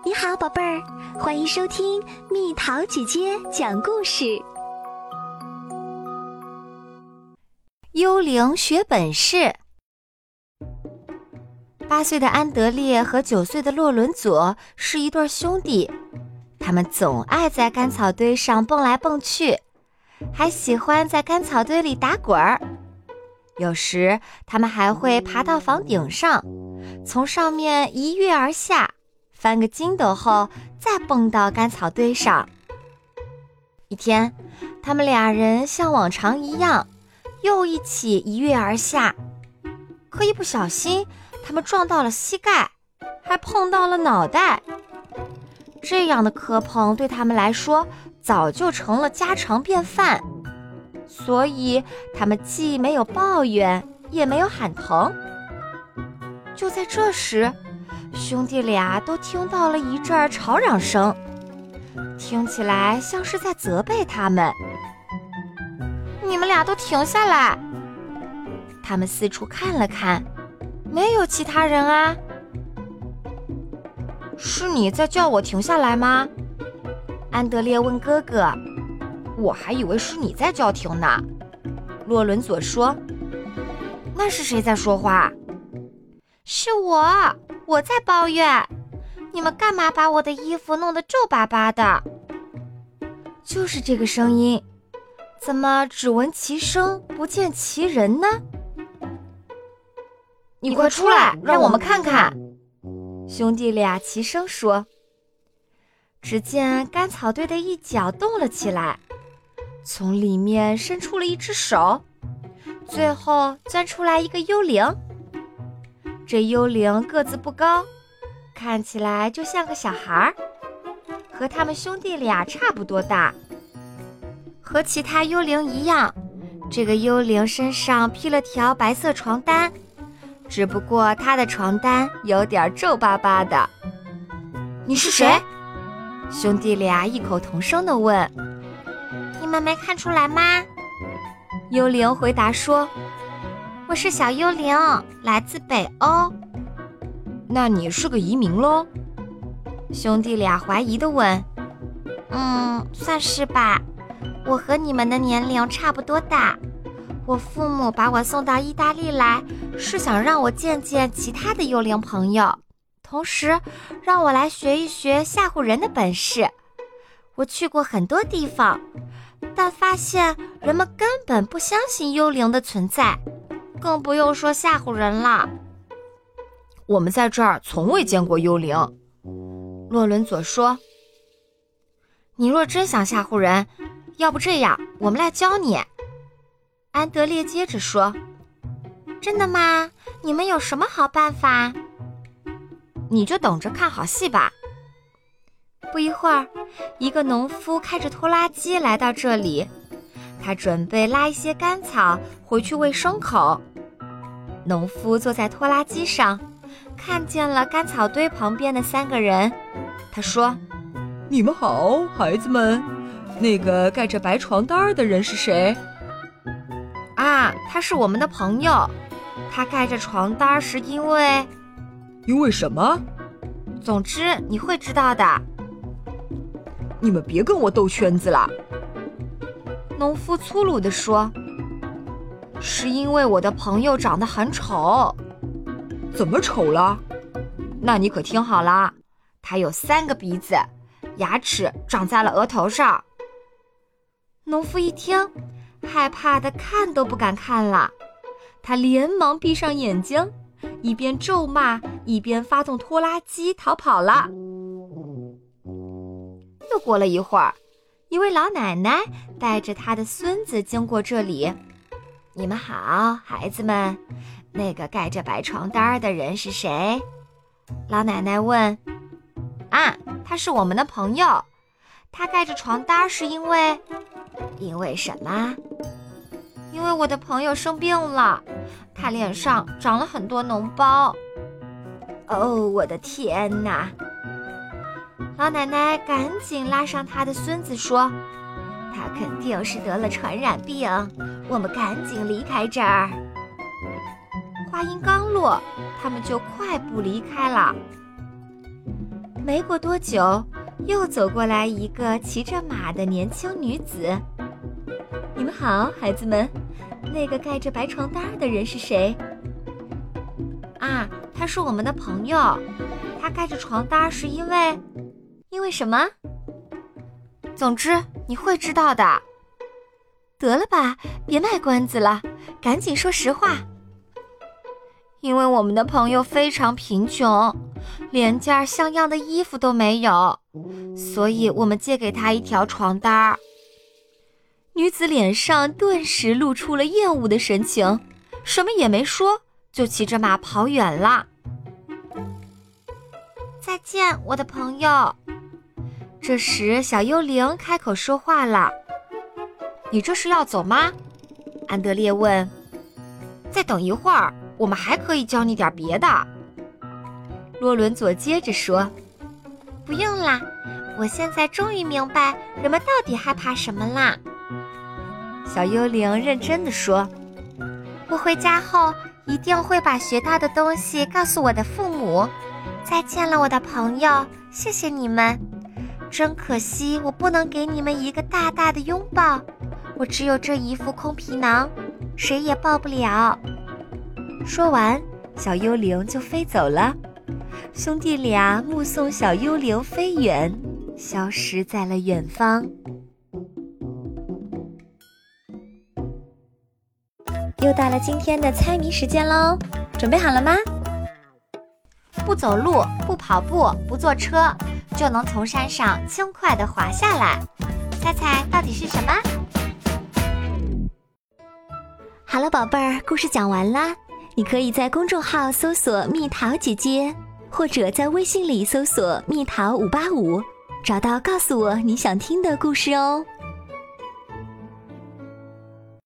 你好，宝贝儿，欢迎收听蜜桃姐姐讲故事。 幽灵学本事。8岁的安德烈和9岁的洛伦佐是一对兄弟，他们总爱在干草堆上蹦来蹦去，还喜欢在干草堆里打滚儿。有时他们还会爬到房顶上，从上面一跃而下，翻个筋斗后再蹦到干草堆上。一天，他们俩人像往常一样，又一起一跃而下，可一不小心他们撞到了膝盖，还碰到了脑袋。这样的磕碰对他们来说早就成了家常便饭，所以他们既没有抱怨，也没有喊疼。就在这时，兄弟俩都听到了一阵吵嚷声，听起来像是在责备他们。你们俩都停下来！他们四处看了看，没有其他人啊。是你在叫我停下来吗？安德烈问哥哥。我还以为是你在叫停呢。洛伦佐说。那是谁在说话？是我在抱怨。你们干嘛把我的衣服弄得皱巴巴的？就是这个声音，怎么只闻其声不见其人呢？你快出来，让我们看看。兄弟俩齐声说。只见干草堆的一角动了起来，从里面伸出了一只手，最后钻出来一个幽灵。这幽灵个子不高，看起来就像个小孩，和他们兄弟俩差不多大。和其他幽灵一样，这个幽灵身上披了条白色床单，只不过他的床单有点皱巴巴的。你是谁？兄弟俩异口同声地问。你们没看出来吗？幽灵回答说，我是小幽灵，来自北欧。那你是个移民咯？兄弟俩怀疑地问。算是吧，我和你们的年龄差不多大。我父母把我送到意大利来，是想让我见见其他的幽灵朋友，同时让我来学一学吓唬人的本事。我去过很多地方，但发现人们根本不相信幽灵的存在，更不用说吓唬人了。我们在这儿从未见过幽灵，洛伦佐说。你若真想吓唬人，要不这样，我们来教你。安德烈接着说。真的吗？你们有什么好办法？你就等着看好戏吧。不一会儿，一个农夫开着拖拉机来到这里，他准备拉一些干草回去喂牲口。农夫坐在拖拉机上，看见了干草堆旁边的3个人，他说， 你们好，孩子们，那个盖着白床单的人是谁？ 他是我们的朋友，他盖着床单是因为什么？ 总之你会知道的。 你们别跟我兜圈子了。 农夫粗鲁地说，是因为我的朋友长得很丑。 怎么丑了？ 那你可听好了，他有3个鼻子，牙齿长在了额头上。农夫一听，害怕的看都不敢看了，他连忙闭上眼睛，一边咒骂，一边发动拖拉机逃跑了。又过了一会儿，一位老奶奶带着她的孙子经过这里。你们好，孩子们，那个盖着白床单的人是谁？老奶奶问。他是我们的朋友，他盖着床单是因为什么？因为我的朋友生病了，他脸上长了很多脓包。哦，我的天哪！老奶奶赶紧拉上她的孙子说，他肯定是得了传染病，我们赶紧离开这儿。话音刚落，他们就快步离开了。 没过多久，又走过来一个骑着马的年轻女子。你们好，孩子们，那个盖着白床单的人是谁？啊，他是我们的朋友。他盖着床单是因为什么？总之你会知道的。得了吧，别卖关子了，赶紧说实话。因为我们的朋友非常贫穷，连件像样的衣服都没有，所以我们借给他一条床单。女子脸上顿时露出了厌恶的神情，什么也没说，就骑着马跑远了。再见，我的朋友。这时小幽灵开口说话了。你这是要走吗？安德烈问。再等一会儿，我们还可以教你点别的。洛伦佐接着说。不用啦，我现在终于明白人们到底害怕什么啦。小幽灵认真地说。我回家后一定会把学到的东西告诉我的父母。再见了，我的朋友，谢谢你们。真可惜我不能给你们一个大大的拥抱，我只有这一副空皮囊，谁也抱不了。说完，小幽灵就飞走了。兄弟俩目送小幽灵飞远，消失在了远方。又到了今天的猜谜时间喽，准备好了吗？不走路，不跑步，不坐车，就能从山上轻快地滑下来。猜猜到底是什么？ 好了，宝贝儿，故事讲完啦。你可以在公众号搜索蜜桃姐姐，或者在微信里搜索蜜桃585，找到告诉我你想听的故事哦。